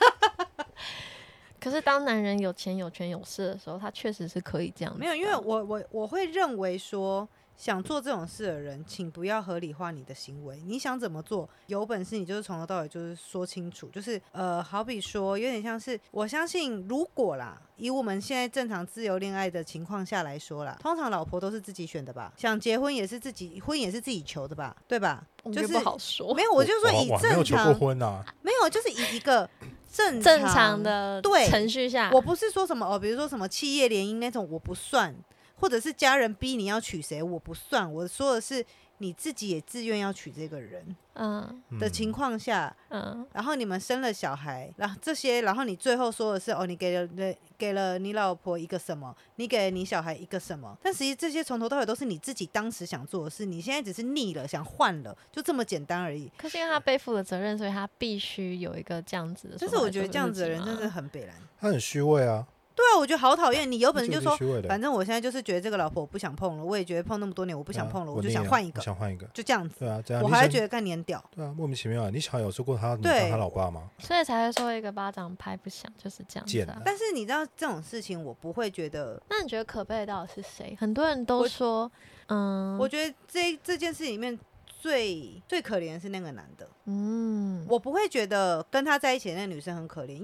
可是当男人有钱有权有势的时候，他确实是可以这样子。 没有，因为我我我会认为说，想做这种事的人，请不要合理化你的行为。你想怎么做，有本事你就是从头到尾就是说清楚。就是呃，好比说，有点像是我相信，如果啦，以我们现在正常自由恋爱的情况下来说啦，通常老婆都是自己选的吧，想结婚也是自己，婚也是自己求的吧，对吧？就是不好说。 没有，我就说以正常， 我没有求过婚啊， 没有，就是以一个正常正常的对程序下， 我不是说什么哦，比如说什么企业联姻那种，我不算。或者是家人逼你要娶谁，我不算。我说的是你自己也自愿要娶这个人，嗯的情况下，嗯，然后你们生了小孩，然后这些，然后你最后说的是哦，你给了给了你老婆一个什么，你给了你小孩一个什么，但实际这些从头到尾都是你自己当时想做的事，你现在只是腻了，想换了，就这么简单而已。 可是因为他背负了责任，所以他必须有一个这样子的。 就是我觉得这样子的人真是很北蓝， 他很虚伪啊。 对啊，我觉得好讨厌。你有本事就说， 就反正我现在就是觉得这个老婆我不想碰了，我也觉得碰那么多年我不想碰了， 啊、 我就想换一个， 我想换一个， 就这样子。 对啊，这样我还觉得干年屌。 对啊，莫名其妙啊！你小孩有说过他你当他老爸吗？ 所以才会说一个巴掌拍不响，就是这样子、啊。 但是你知道这种事情，我不会觉得。 那你觉得可悲的到底是谁？很多人都说，嗯， 我觉得这这件事里面最最可怜的是那个男的。嗯，我不会觉得跟他在一起的那个女生很可怜，因为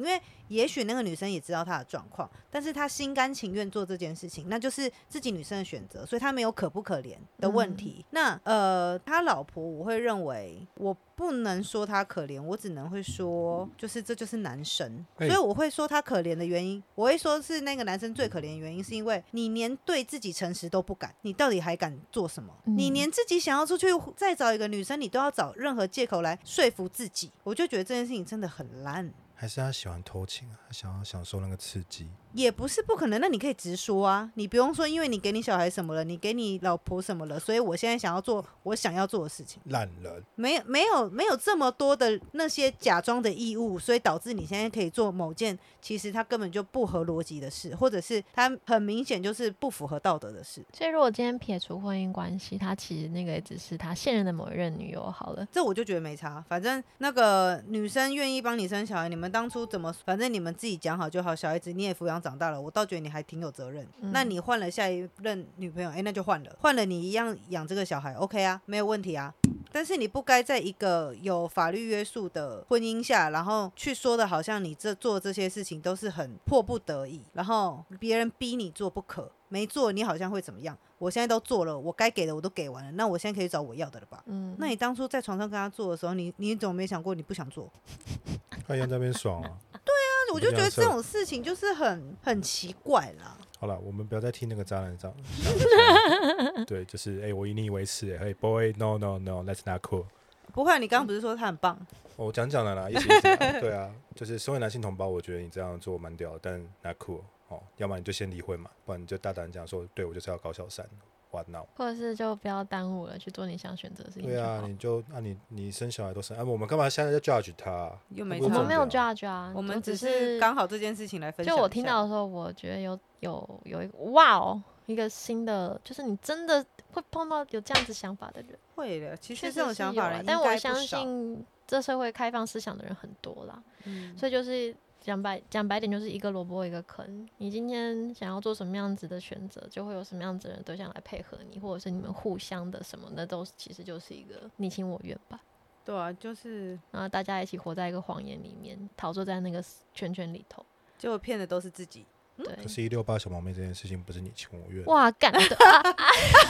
也许那个女生也知道她的状况，但是她心甘情愿做这件事情，那就是自己女生的选择，所以她没有可不可怜的问题。嗯、那呃，他老婆我会认为我不能说他可怜，我只能会说就是这就是男生，欸、所以我会说他可怜的原因，我会说是那个男生最可怜的原因，是因为你连对自己诚实都不敢，你到底还敢做什么？嗯、你连自己想要出去再找一个女生，你都要找任何借口来说服自己，我就觉得这件事情真的很烂。 还是他喜欢偷情啊？他想要享受那个刺激， 也不是不可能。那你可以直说啊，你不用说，因为你给你小孩什么了，你给你老婆什么了，所以我现在想要做我想要做的事情。 烂人， 没有没有没有这么多的那些假装的义务，所以导致你现在可以做某件其实他根本就不合逻辑的事，或者是他很明显就是不符合道德的事。 所以如果今天撇除婚姻关系，他其实那个也只是他现任的某一任女友好了， 这我就觉得没差。反正那个女生愿意帮你生小孩，你们当初怎么，反正你们自己讲好就好。小孩子你也抚养长大了，我倒觉得你还挺有责任。嗯、那你换了下一任女朋友，哎，那就换了，换了你一样养这个小孩 ，OK 啊，没有问题啊。但是你不该在一个有法律约束的婚姻下，然后去说的好像你这做这些事情都是很迫不得已，然后别人逼你做不可，没做你好像会怎么样。我现在都做了，我该给的我都给完了，那我现在可以找我要的了吧？嗯，那你当初在床上跟他做的时候，你你怎么没想过你不想做？ 他一样在那边爽啊。 对啊，我就觉得这种事情就是很很奇怪啦。 好了，我们不要再听那个渣男这样。对，就是哎、欸，我以你为耻，哎、欸、，boy no no no that's not cool。 不会，你刚刚不是说他很棒？ 哦、我讲讲了啦，一起一起啦。对啊，就是身为男性同胞，我觉得你这样做蛮屌的，但 not cool。哦，要么你就先离婚嘛，不然你就大胆讲说，对我就是要搞小三。What now？ 或者是就不要耽误了，去做你想选择的事情。 对啊，你就啊你你生小孩都生啊，我们干嘛现在就 judge 他？ 又没我们没有 judge 啊， 我们只是刚好这件事情来分享。 就我听到的时候，我觉得有有有一个哇哦，一个新的，就是你真的会碰到有这样子想法的人。 会的，其实这种想法的人应该不少， 但我相信这社会开放思想的人很多啦，嗯、所以就是。讲白讲白点，就是一个萝卜一个坑。你今天想要做什么样子的选择，就会有什么样子的对象来配合你，或者是你们互相的什么，那都其实就是一个你情我愿吧。 对啊，就是然后大家一起活在一个谎言里面，陶醉在那个圈圈里头， 结果骗的都是自己。 嗯、对。 可是一六八小毛妹这件事情不是你情我愿。 哇，干的！啊啊、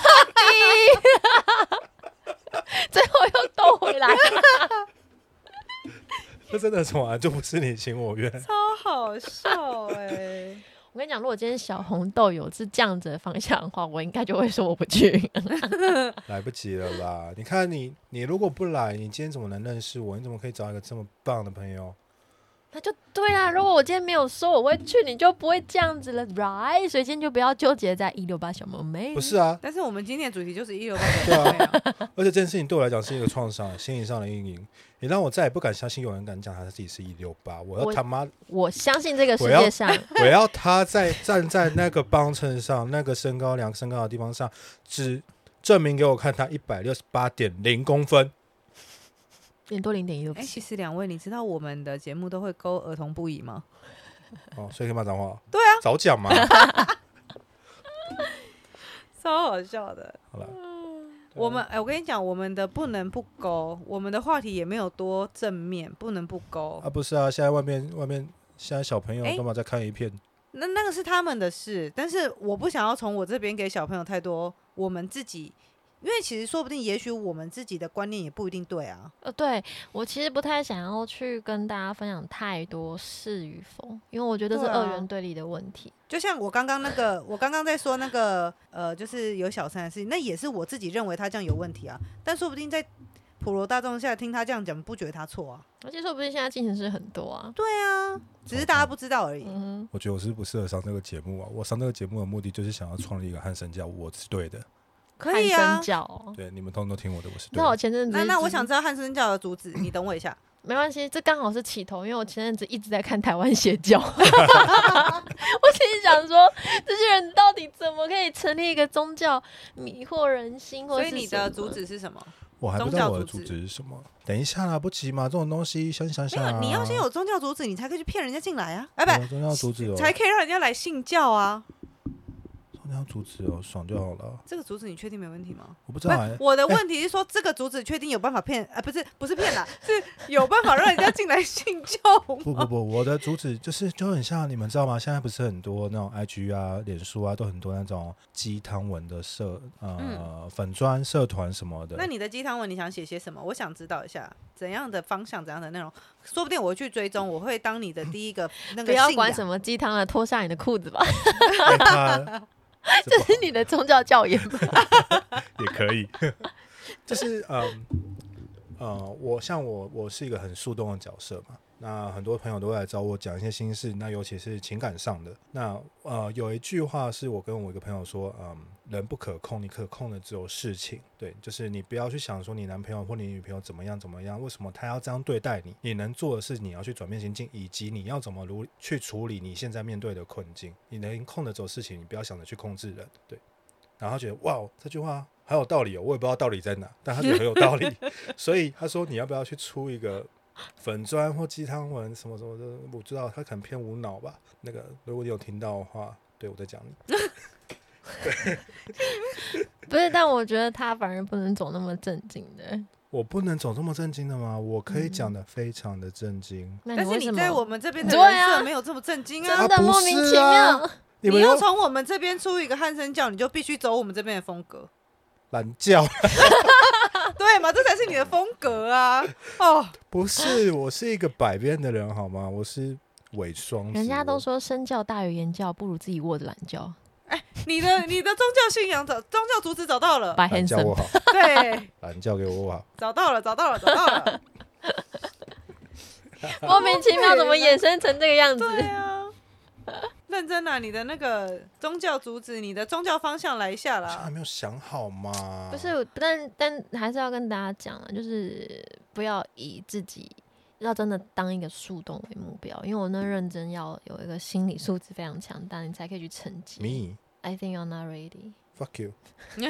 最后又兜回来了。 这真的从来就不是你情我愿， 超好笑哎、欸！ 我跟你讲，如果今天小红豆有是这样子的方向的话，我应该就会说我不去。 来不及了啦！你看你，你如果不来，你今天怎么能认识我？你怎么可以找一个这么棒的朋友？ 那就对啦，如果我今天没有说我会去，你就不会这样子了 ，right？ 所以今天就不要纠结在一六八小萌妹。 不是啊， 但是我们今天的主题就是一六八小萌妹啊。 而且这件事情对我来讲是一个创伤，心理上的阴影，也让我再也不敢相信有人敢讲他自己是一六八。我要他妈， 我相信这个世界上， 我要, 我要他在站在那个磅秤上，那个身高量身高的地方上，只证明给我看他一百六十八点零公分。 点多零点一都不行。 哎，其实两位，你知道我们的节目都会勾儿童不宜吗？ 哦，所以可以骂脏话。 对啊， 早讲嘛。 超好笑的。 好了， 我们哎，我跟你讲，我们的不能不勾，我们的话题也没有多正面，不能不勾。 啊，不是啊，现在外面外面现在小朋友干嘛在看一片？ 那那个是他们的事，但是我不想要从我这边给小朋友太多我们自己。因为其实说不定也许我们自己的观念也不一定对啊。 呃，对，我其实不太想要去跟大家分享太多是与否，因为我觉得是二元对立的问题。 就像我刚刚那个，我刚刚在说那个，呃，就是有小三的事情，那也是我自己认为他这样有问题啊。但说不定在普罗大众下听他这样讲，不觉得他错啊。 而且说不定现在进行式很多啊。 对啊，只是大家不知道而已。 嗯， 我觉得我是不适合上这个节目啊。我上这个节目的目的就是想要创立一个汉神教，我是对的。 可以啊， 汉神教、哦， 对，你们通通都听我的，我是对的。 那我前阵子那那我想知道汉神教的主旨，你等我一下。 没关系，这刚好是起头，因为我前阵子一直在看台湾邪教，我心里想说，这些人到底怎么可以成立一个宗教，迷惑人心？或所以你的主旨是什么？ 我还不知道我的主旨是什么。等一下啦，不急嘛，这种东西先想想、啊。 没有，你要先有宗教主旨，你才可以去骗人家进来啊！哎，不， 宗教主旨哦， 才可以让人家来信教啊。 宗那要阻止哦，爽就好了。 这个阻止你确定没问题吗？ 我不知道、欸， 我的问题是说，这个阻止确定有办法骗？啊，不是，不是骗啦，是有办法让人家进来信教吗？ 不不不，我的主旨就是就很像你们知道吗？现在不是很多那种 I G 啊、脸书啊，都很多那种鸡汤文的社呃、嗯、粉专社团什么的。 那你的鸡汤文你想写些什么？我想知道一下怎样的方向、怎样的内容，说不定我去追踪，我会当你的第一个那个信仰。 不要管什么鸡汤了，脱下你的裤子吧。 欸这是你的宗教教言吗？ 也可以，就是嗯呃，我像我我是一个很树洞的角色嘛，那很多朋友都会来找我讲一些心事，那尤其是情感上的。那呃有一句话是我跟我一个朋友说，嗯，人不可控，你可控的只有事情。对，就是你不要去想说你男朋友或你女朋友怎么样怎么样，为什么他要这样对待你，你能做的是你要去转变心境，以及你要怎么如去处理你现在面对的困境。你能控的只有事情，你不要想着去控制人。对，然后他觉得哇，这句话很有道理哦，我也不知道道理在哪，但他觉得很有道理，所以他说你要不要去出一个粉专或鸡汤文什么什么的，我知道他可能偏无脑吧。那个如果你有听到的话，对我在讲你。 不是，但我觉得他反而不能走那么正经的。 我不能走这么正经的吗？我可以讲的非常的正经、 嗯、 但是你在我们这边的人设没有这么正经啊， 真的莫名其妙。 啊、 你, 你要从我们这边出一个汉声教，你就必须走我们这边的风格。 懒教对嘛，这才是你的风格啊！哦， 不是，我是一个百变的人好吗？我是伪双子。 人家都说身教大于言教，不如自己握着懒教。 哎，你的你的宗教信仰找宗教主旨找到了， 懒教我好， 对， 懒教给我好， 找到了，找到了，找到了。 莫名其妙怎么衍生成这个样子？ 对啊。认真啊，你的那个宗教主旨，你的宗教方向来一下啦。 还没有想好吗？ 不是，但但还是要跟大家讲啊，就是不要以自己要真的当一个树洞为目标，因为我那认真要有一个心理素质非常强大，你才可以去承接。 Me, I think you're not ready. Fuck you.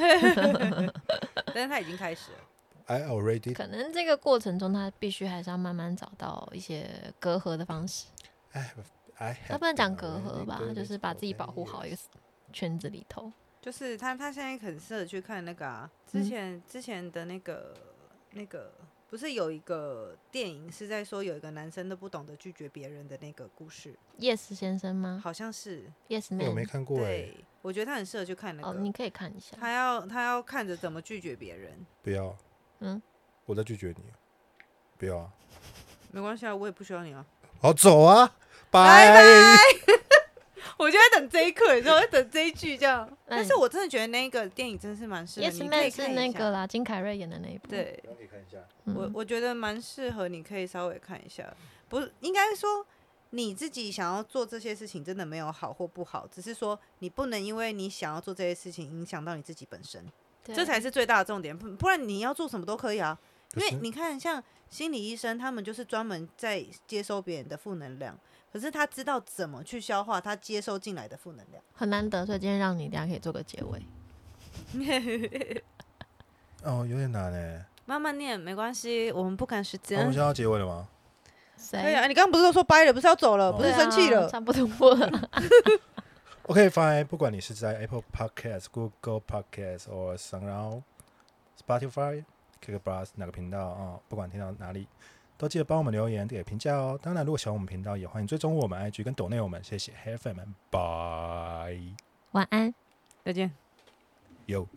但是他已经开始了。 I already. 可能这个过程中，他必须还是要慢慢找到一些隔阂的方式。他不能讲隔阂吧，就是把自己保护好一个圈子里头。 就是他，他现在很适合去看那个啊，之前、嗯、之前的那个那个，不是有一个电影是在说有一个男生都不懂得拒绝别人的那个故事 ？Yes 先生吗？ 好像是 Yes Man。 我没看过哎、欸。 对，我觉得他很适合去看那个。 哦，你可以看一下。 他要他要看着怎么拒绝别人。 不要。 嗯。 我在拒绝你。不要啊。 没关系啊，我也不需要你啊。 好，走啊。 拜拜！我就在等这一刻，你知道，在等这一句这样。但是我真的觉得那个电影真是蛮适合。 Yes Man 是那个啦，金凯瑞演的那一部。 对， 可以看一下。 我我觉得蛮适合，你可以稍微看一下。不是，应该说你自己想要做这些事情，真的没有好或不好，只是说你不能因为你想要做这些事情，影响到你自己本身，这才是最大的重点。不然你要做什么都可以啊。因为你看，像心理医生，他们就是专门在接收别人的负能量。可是他知道怎么去消化他接收进来的负能量， 很难得，所以今天让你等一下可以做个结尾。 哦，有点难哎。 慢慢念没关系，我们不赶时间。 我们现在要结尾了吗？ 可以啊，你刚刚不是都说掰了，不是要走了，哦、不是生气了、 啊，差不多了。 OK fine， 不管你是在 Apple Podcast、Google Podcast 或 Sound、Spotify、K K Bus 哪个频道啊、哦，不管听到哪里。都记得帮我们留言给评价哦！当然，如果喜欢我们频道，也欢迎追踪我们 I G 跟抖内我们，谢谢 ，Have fun，拜， 晚安， 再见， 有。